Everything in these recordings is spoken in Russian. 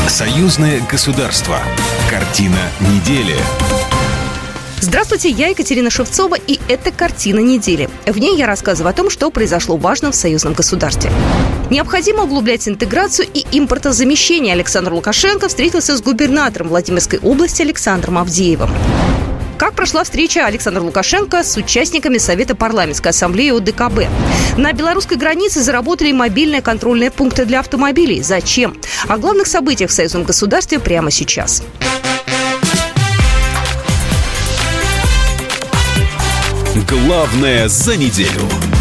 Союзное государство. Картина недели. Здравствуйте, я Екатерина Шевцова, и это «Картина недели». В ней я рассказываю о том, что произошло важно в союзном государстве. Необходимо углублять интеграцию и импортозамещение. Александр Лукашенко встретился с губернатором Владимирской области Александром Авдеевым. Как прошла встреча Александра Лукашенко с участниками Совета парламентской ассамблеи ОДКБ? На белорусской границе заработали мобильные контрольные пункты для автомобилей. Зачем? О главных событиях в союзном государстве прямо сейчас. Главное за неделю.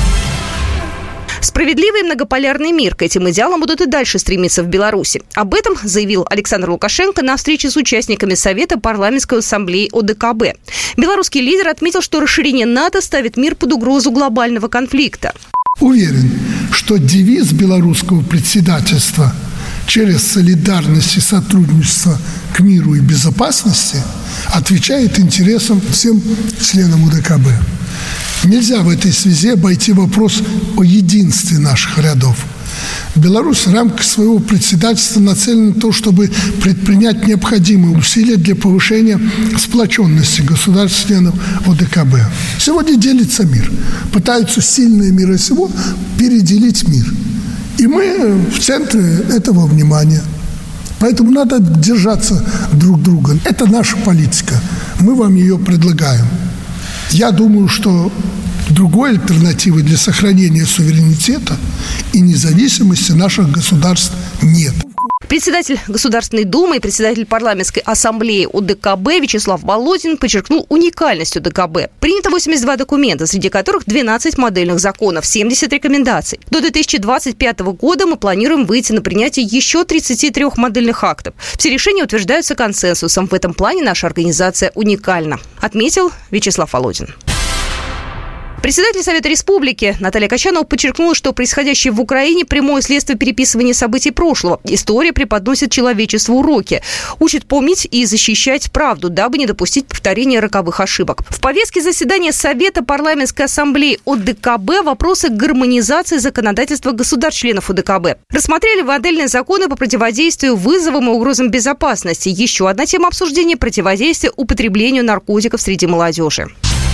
Справедливый и многополярный мир. К этим идеалам будут и дальше стремиться в Беларуси. Об этом заявил Александр Лукашенко на встрече с участниками Совета парламентской ассамблеи ОДКБ. Белорусский лидер отметил, что расширение НАТО ставит мир под угрозу глобального конфликта. Уверен, что девиз белорусского председательства через солидарность и сотрудничество к миру и безопасности отвечает интересам всем членам ОДКБ. Нельзя в этой связи обойти вопрос о единстве наших рядов. Беларусь в рамках своего председательства нацелена на то, чтобы предпринять необходимые усилия для повышения сплоченности государств-членов ОДКБ. Сегодня делится мир. Пытаются сильные мира сего переделить мир. И мы в центре этого внимания. Поэтому надо держаться друг друга. Это наша политика. Мы вам ее предлагаем. Я думаю, что другой альтернативы для сохранения суверенитета и независимости наших государств нет. Председатель Государственной Думы и председатель парламентской ассамблеи ОДКБ Вячеслав Володин подчеркнул уникальность ОДКБ. Принято 82 документа, среди которых 12 модельных законов, 70 рекомендаций. До 2025 года мы планируем выйти на принятие еще 33 модельных актов. Все решения утверждаются консенсусом. В этом плане наша организация уникальна, отметил Вячеслав Володин. Председатель Совета Республики Наталья Качанова подчеркнула, что происходящее в Украине – прямое следствие переписывания событий прошлого. История преподносит человечеству уроки, учит помнить и защищать правду, дабы не допустить повторения роковых ошибок. В повестке заседания Совета парламентской ассамблеи ОДКБ вопросы гармонизации законодательства государств-членов ОДКБ. Рассмотрели модельные законы по противодействию вызовам и угрозам безопасности. Еще одна тема обсуждения – противодействие употреблению наркотиков среди молодежи.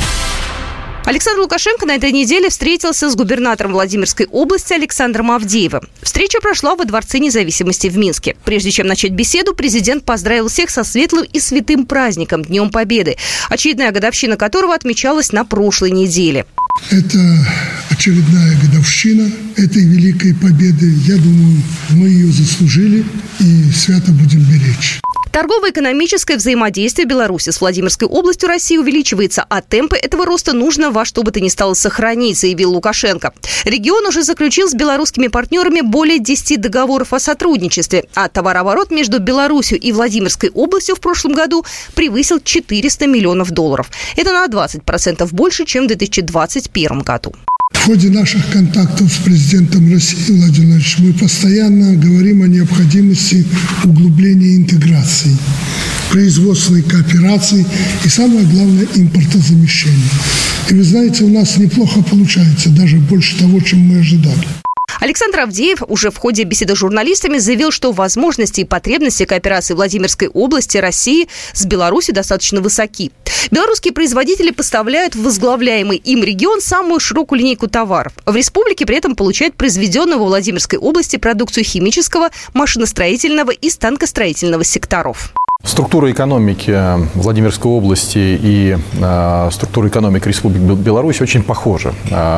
Александр Лукашенко на этой неделе встретился с губернатором Владимирской области Александром Авдеевым. Встреча прошла во Дворце независимости в Минске. Прежде чем начать беседу, президент поздравил всех со светлым и святым праздником – Днем Победы, очередная годовщина которого отмечалась на прошлой неделе. Это очередная годовщина этой великой победы. Я думаю, мы ее заслужили и свято будем беречь. Торгово-экономическое взаимодействие Беларуси с Владимирской областью России увеличивается, а темпы этого роста нужно во что бы то ни стало сохранить, заявил Лукашенко. Регион уже заключил с белорусскими партнерами более 10 договоров о сотрудничестве, а товарооборот между Беларусью и Владимирской областью в прошлом году превысил $400 миллионов. Это на 20% больше, чем в 2021 году. В ходе наших контактов с президентом России Владимиром Владимировичем мы постоянно говорим о необходимости углубления интеграции, производственной кооперации и, самое главное, импортозамещения. И вы знаете, у нас неплохо получается, даже больше того, чем мы ожидали. Александр Авдеев уже в ходе беседы с журналистами заявил, что возможности и потребности кооперации Владимирской области России с Беларусью достаточно высоки. Белорусские производители поставляют в возглавляемый им регион самую широкую линейку товаров. В республике при этом получают произведенную во Владимирской области продукцию химического, машиностроительного и станкостроительного секторов. Структура экономики Владимирской области и структура экономики Республики Беларусь очень похожа.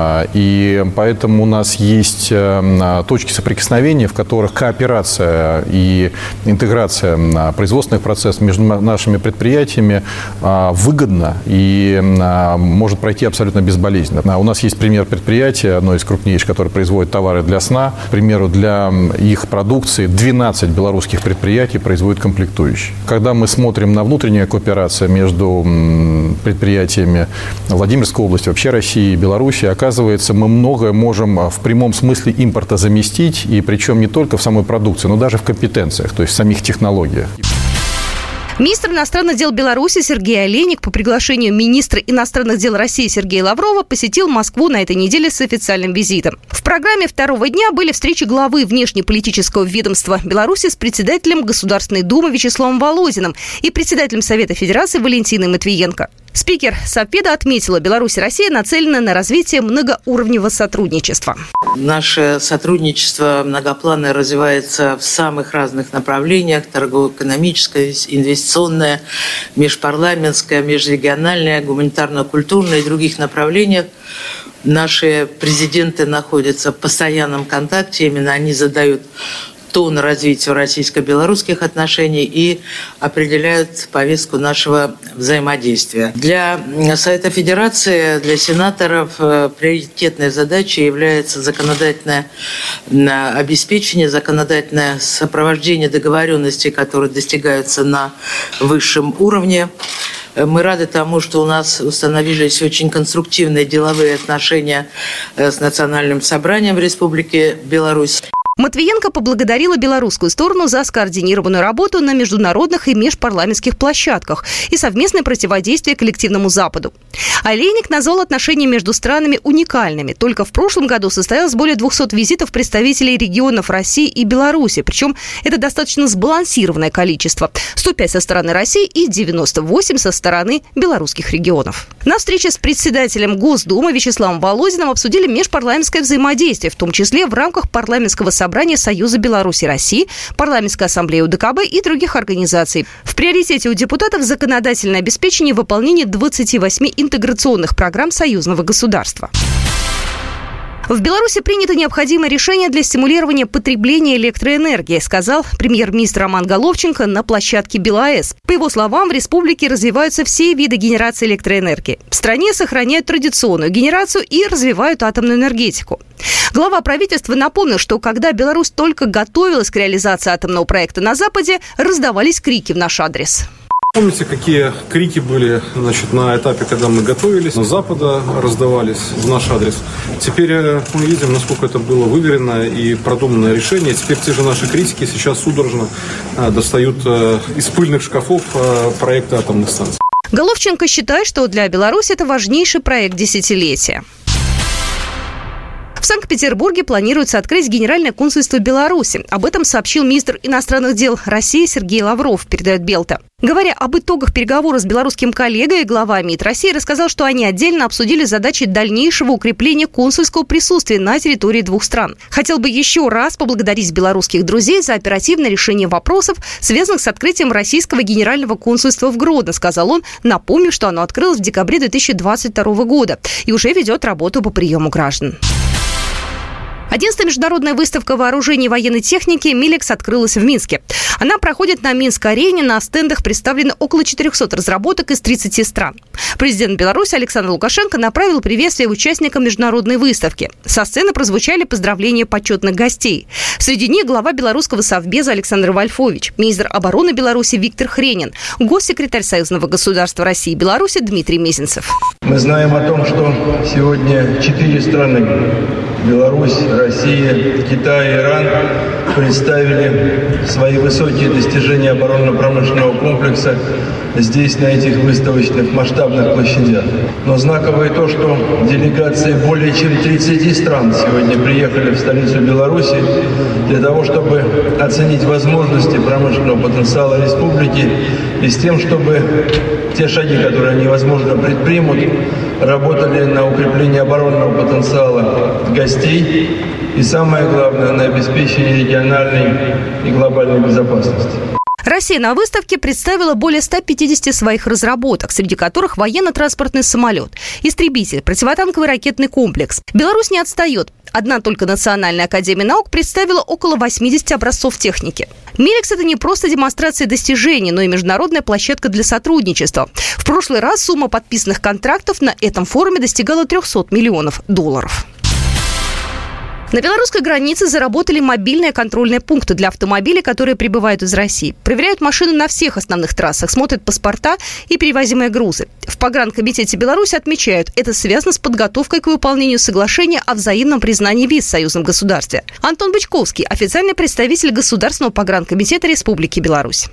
И поэтому у нас есть точки соприкосновения, в которых кооперация и интеграция производственных процессов между нашими предприятиями выгодна и может пройти абсолютно безболезненно. У нас есть пример предприятия, одно из крупнейших, которое производит товары для сна. К примеру, для их продукции 12 белорусских предприятий производят комплектующие. Когда мы смотрим на внутреннюю кооперацию между предприятиями Владимирской области, вообще России и Беларуси, оказывается, мы многое можем в прямом смысле импорта заместить, и причем не только в самой продукции, но даже в компетенциях, то есть в самих технологиях. Министр иностранных дел Беларуси Сергей Олейник по приглашению министра иностранных дел России Сергея Лаврова посетил Москву на этой неделе с официальным визитом. В программе второго дня были встречи главы внешнеполитического ведомства Беларуси с председателем Государственной Думы Вячеславом Володиным и председателем Совета Федерации Валентиной Матвиенко. Спикер Совбеда отметила, Беларусь и Россия нацелены на развитие многоуровневого сотрудничества. Наше сотрудничество многопланно развивается в самых разных направлениях: торгово-экономическое, инвестиционное, межпарламентское, межрегиональное, гуманитарно-культурное и других направлениях. Наши президенты находятся в постоянном контакте, именно они задают тон развитию российско-белорусских отношений и определяют повестку нашего взаимодействия. Для Совета Федерации, для сенаторов приоритетной задачей является законодательное обеспечение, законодательное сопровождение договоренностей, которые достигаются на высшем уровне. Мы рады тому, что у нас установились очень конструктивные деловые отношения с Национальным собранием Республики Беларусь. Матвиенко поблагодарила белорусскую сторону за скоординированную работу на международных и межпарламентских площадках и совместное противодействие коллективному Западу. Олейник назвал отношения между странами уникальными. Только в прошлом году состоялось более 200 визитов представителей регионов России и Беларуси. Причем это достаточно сбалансированное количество. 105 со стороны России и 98 со стороны белорусских регионов. На встрече с председателем Госдумы Вячеславом Володиным обсудили межпарламентское взаимодействие, в том числе в рамках парламентского собрания Союза Беларуси и России, парламентской ассамблеи УДКБ и других организаций. В приоритете у депутатов законодательное обеспечение выполнения 28 интеграционных программ союзного государства. В Беларуси принято необходимое решение для стимулирования потребления электроэнергии, сказал премьер-министр Роман Головченко на площадке БелАЭС. По его словам, в республике развиваются все виды генерации электроэнергии. В стране сохраняют традиционную генерацию и развивают атомную энергетику. Глава правительства напомнил, что когда Беларусь только готовилась к реализации атомного проекта на Западе, раздавались крики в наш адрес. Помните, какие крики были, на этапе, когда мы готовились, на Запада раздавались в наш адрес. Теперь мы видим, насколько это было выверенное и продуманное решение. Теперь те же наши критики сейчас судорожно достают из пыльных шкафов проекты атомных станций. Головченко считает, что для Беларуси это важнейший проект десятилетия. В Санкт-Петербурге планируется открыть Генеральное консульство Беларуси. Об этом сообщил министр иностранных дел России Сергей Лавров, передает Белта. Говоря об итогах переговоров с белорусским коллегой, глава МИД России рассказал, что они отдельно обсудили задачи дальнейшего укрепления консульского присутствия на территории двух стран. Хотел бы еще раз поблагодарить белорусских друзей за оперативное решение вопросов, связанных с открытием российского Генерального консульства в Гродно, сказал он, напомнив, что оно открылось в декабре 2022 года и уже ведет работу по приему граждан. 11-я международная выставка вооружений и военной техники «Милекс» открылась в Минске. Она проходит на Минск-арене. На стендах представлены около 400 разработок из 30 стран. Президент Беларуси Александр Лукашенко направил приветствие участникам международной выставки. Со сцены прозвучали поздравления почетных гостей. Среди них глава белорусского совбеза Александр Вольфович, министр обороны Беларуси Виктор Хренин, госсекретарь Союзного государства России и Беларуси Дмитрий Мезенцев. Мы знаем о том, что сегодня 4 страны – Беларусь, Россия, Китай и Иран – представили свои высокие достижения оборонно-промышленного комплекса здесь, на этих выставочных масштабных площадях. Но знаково и то, что делегации более чем 30 стран сегодня приехали в столицу Беларуси для того, чтобы оценить возможности промышленного потенциала республики и с тем, чтобы те шаги, которые они, возможно, предпримут, работали на укрепление оборонного потенциала гостей и, самое главное, на обеспечение региональной и глобальной безопасности. Россия на выставке представила более 150 своих разработок, среди которых военно-транспортный самолет, истребитель, противотанковый ракетный комплекс. Беларусь не отстает. Одна только Национальная академия наук представила около 80 образцов техники. «Милекс» – это не просто демонстрация достижений, но и международная площадка для сотрудничества. В прошлый раз сумма подписанных контрактов на этом форуме достигала $300 миллионов. На белорусской границе заработали мобильные контрольные пункты для автомобилей, которые прибывают из России. Проверяют машины на всех основных трассах, смотрят паспорта и перевозимые грузы. В Погранкомитете Беларуси отмечают, это связано с подготовкой к выполнению соглашения о взаимном признании виз в союзном государстве. Антон Бычковский, официальный представитель Государственного погранкомитета Республики Беларусь. В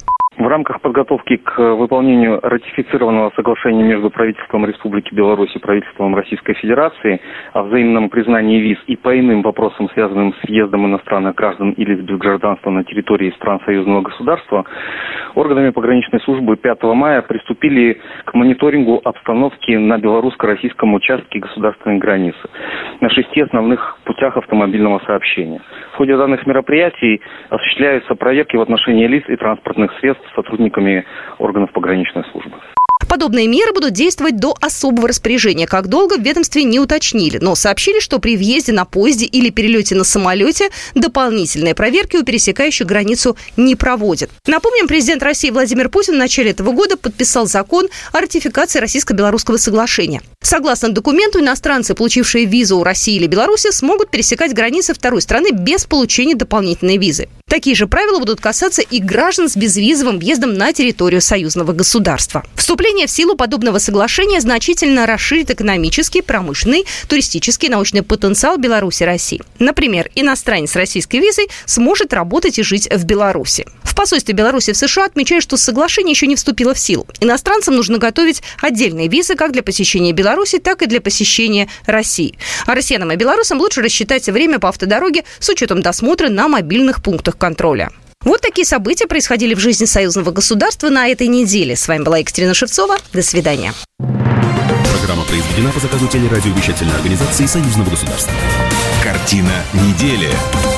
рамках подготовки к выполнению ратифицированного соглашения между правительством Республики Беларусь и правительством Российской Федерации о взаимном признании виз и по иным вопросам, связанным с въездом иностранных граждан и лиц без гражданства на территории стран союзного государства, органами пограничной службы 5 мая приступили к мониторингу обстановки на белорусско-российском участке государственной границы на 6 основных путях автомобильного сообщения. В ходе данных мероприятий осуществляются проверки в отношении лиц и транспортных средств сотрудниками органов пограничной службы. Подобные меры будут действовать до особого распоряжения. Как долго, в ведомстве не уточнили, но сообщили, что при въезде на поезде или перелете на самолете дополнительные проверки у пересекающих границу не проводят. Напомним, президент России Владимир Путин в начале этого года подписал закон о ратификации Российско-Белорусского соглашения. Согласно документу, иностранцы, получившие визу у России или Беларуси, смогут пересекать границы второй страны без получения дополнительной визы. Такие же правила будут касаться и граждан с безвизовым въездом на территорию союзного государства. Вступление в силу подобного соглашения значительно расширит экономический, промышленный, туристический и научный потенциал Беларуси и России. Например, иностранец с российской визой сможет работать и жить в Беларуси. В посольстве Беларуси в США отмечают, что соглашение еще не вступило в силу. Иностранцам нужно готовить отдельные визы как для посещения Беларуси, так и для посещения России. А россиянам и белорусам лучше рассчитать время по автодороге с учетом досмотра на мобильных пунктах контроля. Вот такие события происходили в жизни союзного государства на этой неделе. С вами была Екатерина Шевцова. До свидания. Программа произведена по заказу телерадиовещательной организации союзного государства. Картина недели.